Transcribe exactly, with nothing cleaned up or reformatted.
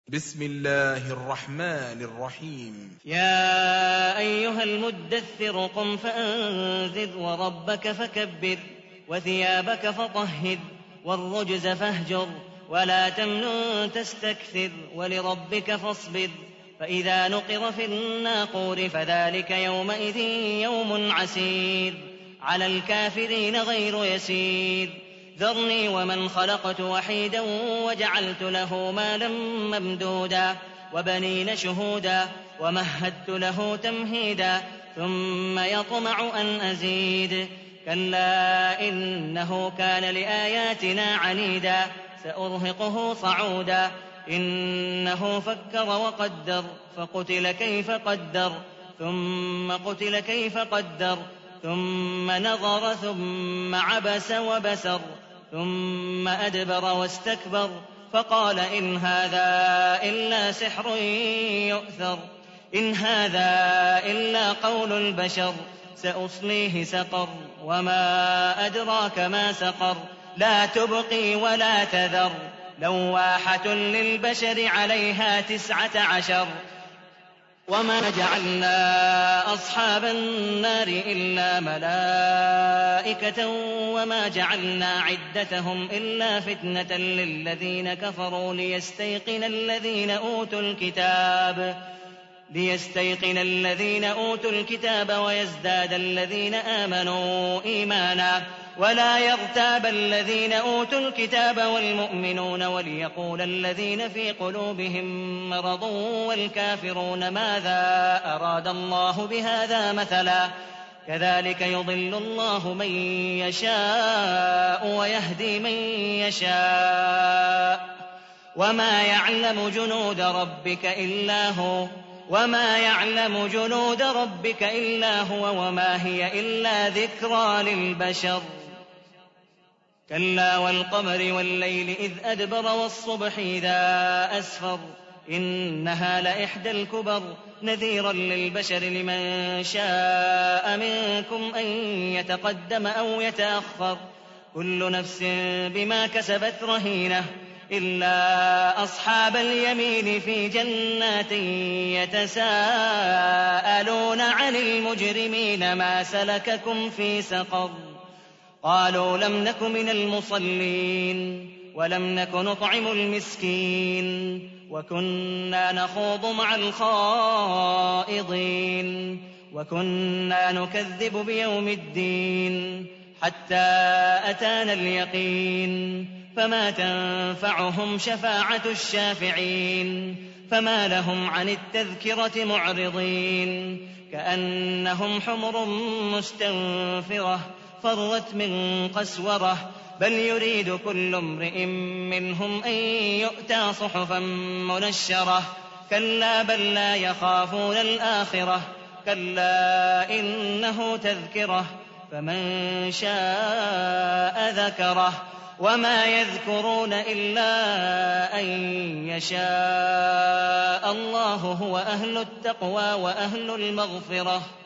بسم الله الرحمن الرحيم يا أيها المدثر قم فأنذر وربك فكبر وثيابك فطهر والرجز فاهجر ولا تمنن تستكثر ولربك فاصبر فإذا نقر في الناقور فذلك يومئذ يوم عسير على الكافرين غير يسير ذرني ومن خلقت وحيدا وجعلت له مالا ممدودا وبنين شهودا ومهدت له تمهيدا ثم يطمع أن أزيد كلا إنه كان لآياتنا عنيدا سأرهقه صعودا إنه فكر وقدر فقتل كيف قدر ثم قتل كيف قدر ثم نظر ثم عبس وبسر ثم أدبر واستكبر فقال إن هذا إلا سحر يؤثر إن هذا إلا قول البشر سأصليه سقر وما أدراك ما سقر لا تبقي ولا تذر لواحة للبشر عليها تسعة عشر وما جعلنا أصحاب النار إلا ملائكة وما جعلنا عدتهم إلا فتنة للذين كفروا ليستيقن الذين أوتوا الكتاب ليستيقن الذين أوتوا الكتاب ويزداد الذين آمنوا إيمانا ولا يرتاب الذين أوتوا الكتاب والمؤمنون وليقول الذين في قلوبهم مرض والكافرون ماذا أراد الله بهذا مثلا كذلك يضل الله من يشاء ويهدي من يشاء وما يعلم جنود ربك إلا هو وما يعلم جنود ربك إلا هو وما هي إلا ذكرى للبشر كلا والقمر والليل إذ أدبر والصبح إذا أسفر إنها لإحدى الكبر نذيرا للبشر لمن شاء منكم أن يتقدم أو يتأخر كل نفس بما كسبت رهينة إلا أصحاب اليمين في جنات يتساءلون عن المجرمين ما سلككم في سقر قالوا لم نك من المصلين ولم نك نطعم المسكين وكنا نخوض مع الخائضين وكنا نكذب بيوم الدين حتى أتانا اليقين فما تنفعهم شفاعة الشافعين فما لهم عن التذكرة معرضين كأنهم حمر مستنفرة فرت من قسورة بل يريد كل امرئ منهم أن يؤتى صحفا منشرة كلا بل لا يخافون الآخرة كلا إنه تذكرة فمن شاء ذكره وما يذكرون إلا أن يشاء الله هو أهل التقوى وأهل المغفرة